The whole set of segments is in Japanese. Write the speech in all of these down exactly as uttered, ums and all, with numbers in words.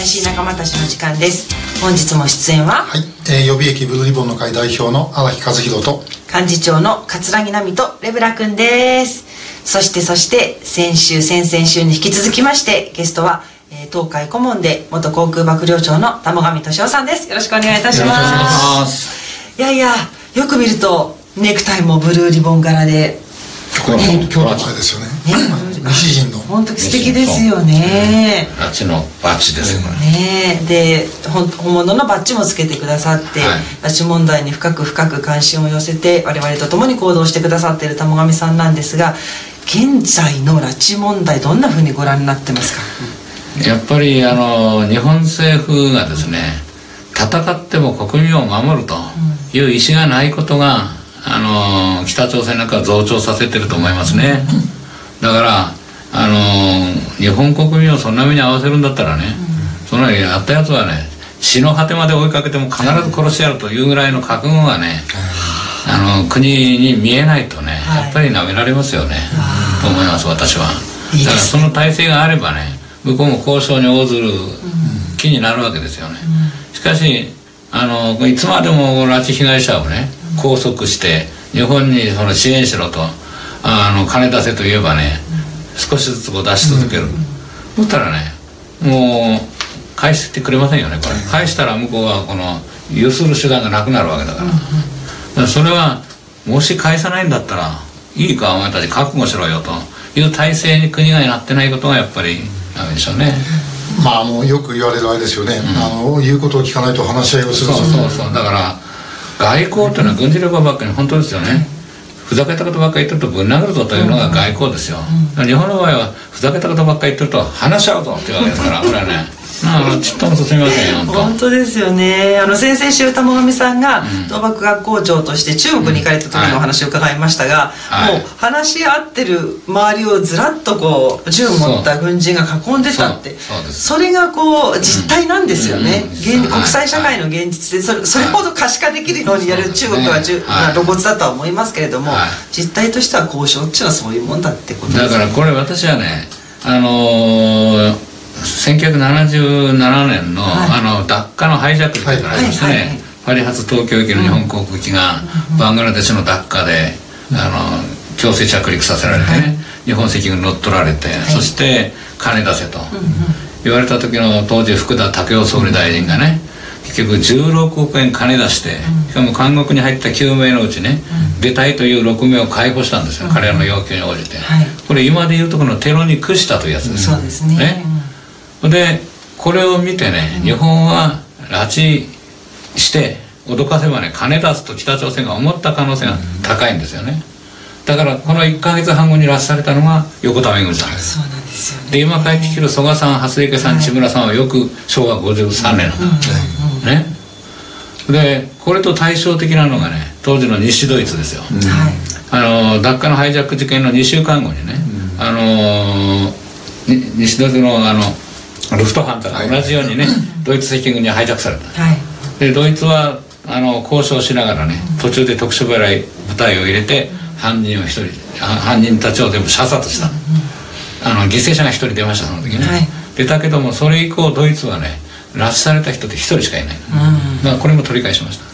怪しい仲間たちの時間です。本日も出演は、 はい、えー、予備役ブルーリボンの会代表の荒木和弘と幹事長の桂木奈美とレブラ君です。そしてそして先週先々週に引き続きましてゲストは、えー、東海顧問で元航空幕僚長の玉上俊夫さんです。よろしくお願いいたします。いやいや、よく見るとネクタイもブルーリボン柄で、 これは今日の前ですよね。西陣の本当素敵ですよね。 拉致のバッジですよね。で、本物のバッジもつけてくださって、はい、拉致問題に深く深く関心を寄せて我々と共に行動してくださっている玉上さんなんですが、現在の拉致問題どんなふうにご覧になってますか？ やっぱりあの日本政府がですね、戦っても国民を守るという意思がないことが、あの北朝鮮なんかを増長させてると思いますね。だからあの日本国民をそんな目に合わせるんだったらね、そのやったやつはね、死の果てまで追いかけても必ず殺してやるというぐらいの覚悟がね、あの国に見えないとね、やっぱりなめられますよね、と思います、私は。だからその体制があればね、向こうも交渉に応ずる気になるわけですよね。しかしあのいつまでも拉致被害者をね拘束して日本にその支援しろと、あの金出せと言えばね、少しずつこう出し続ける、そしたらね、もう返してくれませんよね。これ返したら向こうはこのゆする手段がなくなるわけだから、だからそれはもし返さないんだったらいいかお前たち覚悟しろよという体制に国がなってないことがやっぱりダメでしょうね。 まああのよく言われるあれですよね、うん、あの言うことを聞かないと話し合いをする。 そうそうそう。だから外交っていうのは軍事力ばっかり本当ですよね。ふざけたことばっかり言ってるとぶん殴るぞというのが外交ですよ。日本の場合はふざけたことばっかり言ってると話し合うぞっていうわけですから、これはね、まあちっとも進みませんよ。 本当ですよね。あの先々週玉上さんが東幕学校長として中国に行かれた時のお話を伺いましたが、もう話し合ってる周りをずらっとこう銃を持った軍人が囲んでたって、それがこう実態なんですよね。国際社会の現実でそれ、それほど可視化できるようにやる中国は露骨だとは思いますけれども、実態としては交渉っていうのはそういうもんだってことですね。 だからこれ私はね、あのーせんきゅうひゃくななじゅうななねんの、はい、あのダッカのハイジャックというのがありましてね、パリ発東京行きの日本航空機が、うん、バングラデシュのダッカで、うん、あの強制着陸させられてね、はい、日本赤軍に乗っ取られて、はい、そして金出せと、うん、言われた時の当時福田赳夫総理大臣がね、結局じゅうろくおくえん金出して、うん、しかも監獄に入ったきゅうめいのうちね、うん、出たいというろくめいを解放したんですよ、うん、彼らの要求に応じて、はい、これ今でいうとこのテロに屈したというやつです、 うん、そうですね、ね。 でこれを見てね、日本は拉致して脅かせばね金出すと北朝鮮が思った可能性が高いんですよね。だからこのいっかげつはん後に拉致されたのが横田めぐみさんです。 そうなんですよね。 で今帰ってきてる曽我さん、蓮池さん、千村さんはよくしょうわごじゅうさんねんなんですね。でこれと対照的なのがね、当時の西ドイツですよ、うん、あのダッカのハイジャック事件のにしゅうかんごにね、うん、あの西ドイツのあのルフトハンザと同じようにね、はい、ドイツ赤軍にハイジャックされた、はい、でドイツはあの交渉しながらね、途中で特殊部隊部隊を入れて犯人を一人犯人たちを全部射殺した、あの犠牲者が一人出ました、その時ね、はい、出たけどもそれ以降ドイツはね拉致された人って一人しかいない、うん、まあこれも取り返しました。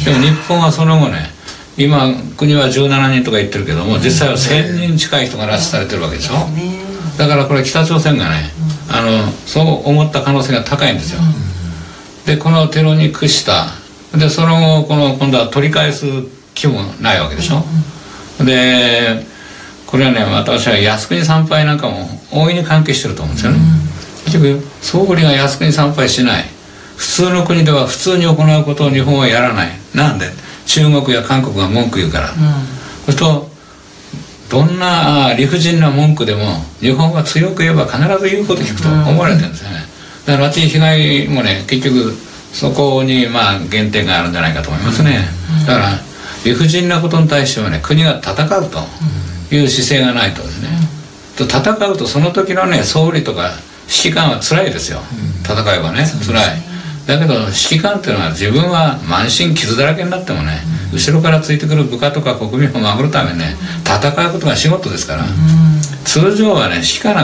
でも日本はその後ね、今国はじゅうななにんとか言ってるけども、実際はせんにん近い人が拉致されてるわけでしょ。だからこれ北朝鮮がね、あのそう思った可能性が高いんですよ。でこのテロに屈した、でその後この今度は取り返す気もないわけでしょ。でこれはね、私は靖国参拝なんかも大いに関係してると思うんですよね。結局総理が靖国参拝しない、普通の国では普通に行うことを日本はやらない。なんで中国や韓国が文句言うから、うん、それとどんな理不尽な文句でも日本は強く言えば必ず言うこと聞くと思われてるんですよね。だから拉致被害もね、結局そこにまあ原点があるんじゃないかと思いますね。だから理不尽なことに対してはね、国が戦うという姿勢がないとですね、と戦うとその時のね総理とか指揮官は辛いですよ、戦えばね、辛い。だけど指揮官っていうのは自分は満身傷だらけになってもね、うん、後ろからついてくる部下とか国民を守るためにね、戦うことが仕事ですから、うん、通常はね指揮官なんか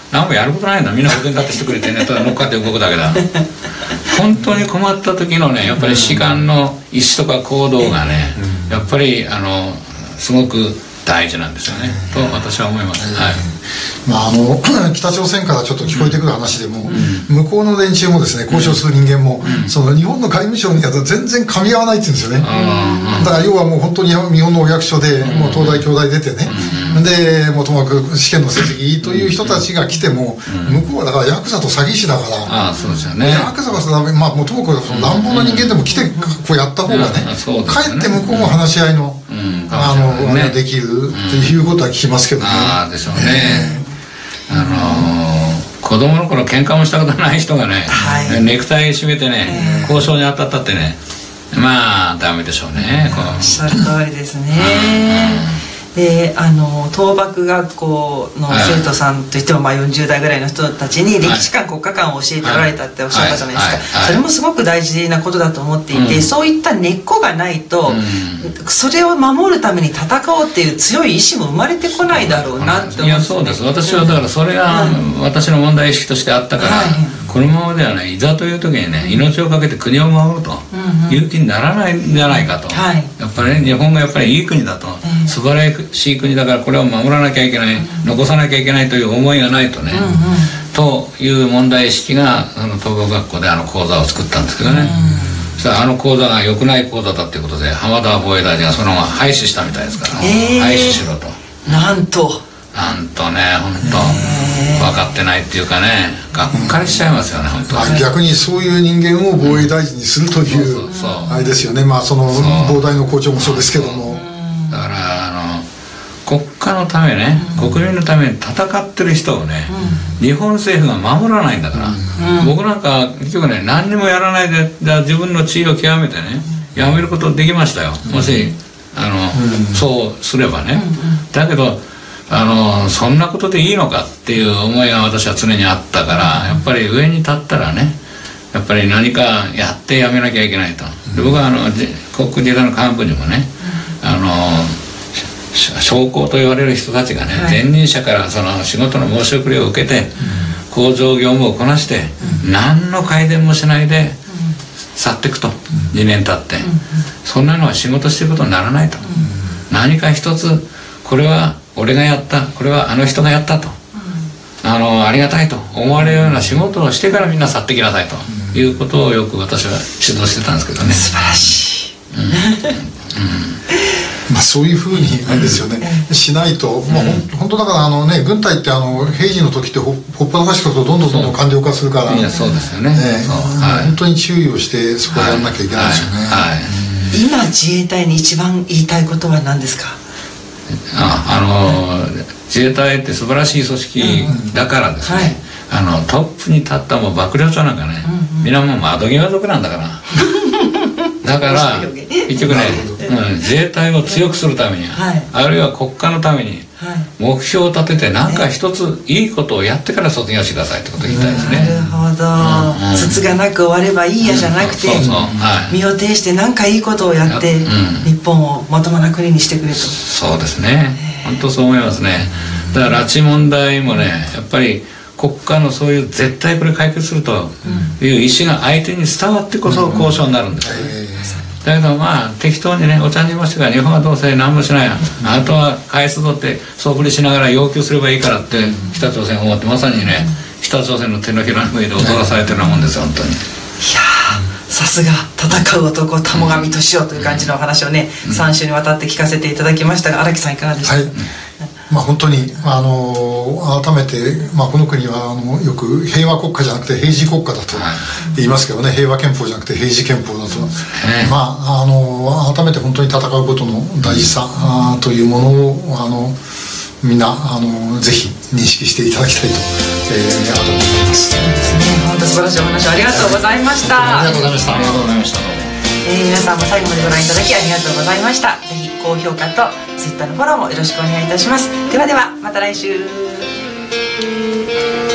何もやることないんだ、みんな保険だってしてくれてね、ただ乗っかって動くだけだ本当に困った時のね、やっぱり士官の意思とか行動がね、やっぱりあのすごく大事なんですよね、と私は思います。はい。 まあ、あの北朝鮮からちょっと聞こえてくる話でも、うん、向こうの連中もですね、交渉する人間も、うん、その日本の外務省にやると全然噛み合わないって言うんですよね、うん、だから要はもう本当に日本のお役所でもう東大京大出てね、うん、でもうともかく試験の成績いいという人たちが来ても、うん、向こうはだからヤクザと詐欺師だから、 ああそうですよね、 ヤクザがさ、まあ、もうともかくその乱暴な人間でも来てこうやった方がね、うん、かえって向こうも話し合いの、うん、あの、ね、できるっていうことは聞きますけどね。 ああでしょうね。あのー、子供の頃喧嘩もしたことない人がね、はい、ネクタイ締めてね、えー、交渉に当たったってね、まあダメでしょうね。 おっしゃる通りですね。で、あの東幕学校の生徒さんといっても、まあよんじゅう代ぐらいの人たちに歴史観、国家観を教えておられたっておっしゃったじゃないですか。それもすごく大事なことだと思っていて、うん、そういった根っこがないと、うん、それを守るために戦おうっていう強い意志も生まれてこないだろうなって思うんですね。 いやそうです。私はだからそれが私の問題意識としてあったから、はい、このままではね、いざという時にね、命を懸けて国を守るという気にならないんじゃないかと、はい、やっぱりね、日本がやっぱりいい国だと、えー、素晴らしい国だからこれを守らなきゃいけない、うん、残さなきゃいけないという思いがないとね、うんうん、という問題意識があの東北学校であの講座を作ったんですけどね、うん、そしたらあの講座が良くない講座だっていうことで浜田防衛大臣がそのまま廃止したみたいですから、えー、廃止しろと。 なんとなんとね、本当分かってないっていうかね、がっかりしちゃいますよね、本当に、 ね。逆にそういう人間を防衛大臣にするというあれですよね。まあその防大の校長もそうですけども、 だからあの国家のためね、国民のために戦ってる人をね、日本政府が守らないんだから、僕なんか結局ね、何にもやらないで自分の地位を極めてね、やめることできましたよ、もしあのそうすればね。だけどあのそんなことでいいのかっていう思いが私は常にあったから、やっぱり上に立ったらね、やっぱり何かやってやめなきゃいけないと。で僕はあの航空自衛隊の幹部にもね、あの将校と言われる人たちがね、はい、前任者からその仕事の申し送りを受けて、工場業務をこなして、何の改善もしないで去っていくと、にねん経って、そんなのは仕事してることにならないと、何か一つこれは俺がやった、これはあの人がやったと、うん、あのありがたいと思われるような仕事をしてからみんな去ってきなさいということをよく私は指導してたんですけどね。 素晴らしい、うんうんまあ、そういうふうにあれですよね、しないと、まあ、本当だからあの、ね、軍隊ってあの平時の時ってほっぱらかしておくとどんどんどんどん官僚化するから、 いやそうですよね、 ね、はい、本当に注意をしてそこをやらなきゃいけないですよね。はいはいはい、 今自衛隊に一番言いたいことは何ですか？ あ, あの自衛隊って素晴らしい組織だからですね、うんうんはい、あのトップに立ったもう幕僚長なんかね、うんうん、みんなもう窓際族なんだからだから結局ね、うん、自衛隊を強くするために、はい、あるいは国家のために目標を立てて何か一ついいことをやってから卒業してくださいってことを言いたいですね。 なるほど、つつがなく終わればいいやじゃなくて、身を挺して何かいいことをやって、うん、日本をまともな国にしてくれと。 そうですね、本当そう思いますね。だから拉致問題もね、やっぱり国家のそういう絶対これ解決するという意思が相手に伝わってこそ交渉になるんですよ、うんうんだけどまあ適当にね、お茶にもしてから日本はどうせ何もしない、あとは返すぞってそう振りしながら要求すればいいからって北朝鮮思って、まさにね北朝鮮の手のひらの上で踊らされてるようなもんですよ本当に。いやさすが戦う男田母神俊夫という感じのお話をね、うん、さん週にわたって聞かせていただきましたが、荒木さんいかがでしたか？はい、 まあ、本当にあの改めて、まあ、この国はあのよく平和国家じゃなくて平時国家だと言いますけどね、平和憲法じゃなくて平時憲法だと、まあ、あの改めて本当に戦うことの大事さというものをあのみんなあのぜひ認識していただきたいと、えー、改めて思います。 そうですね、本当素晴らしいお話ありがとうございました。 ありがとうございました。 ありがとうございました。 えー、皆さんも最後までご覧いただきありがとうございました。ぜひ高評価と ツイッター のフォローもよろしくお願いいたします。ではではまた来週。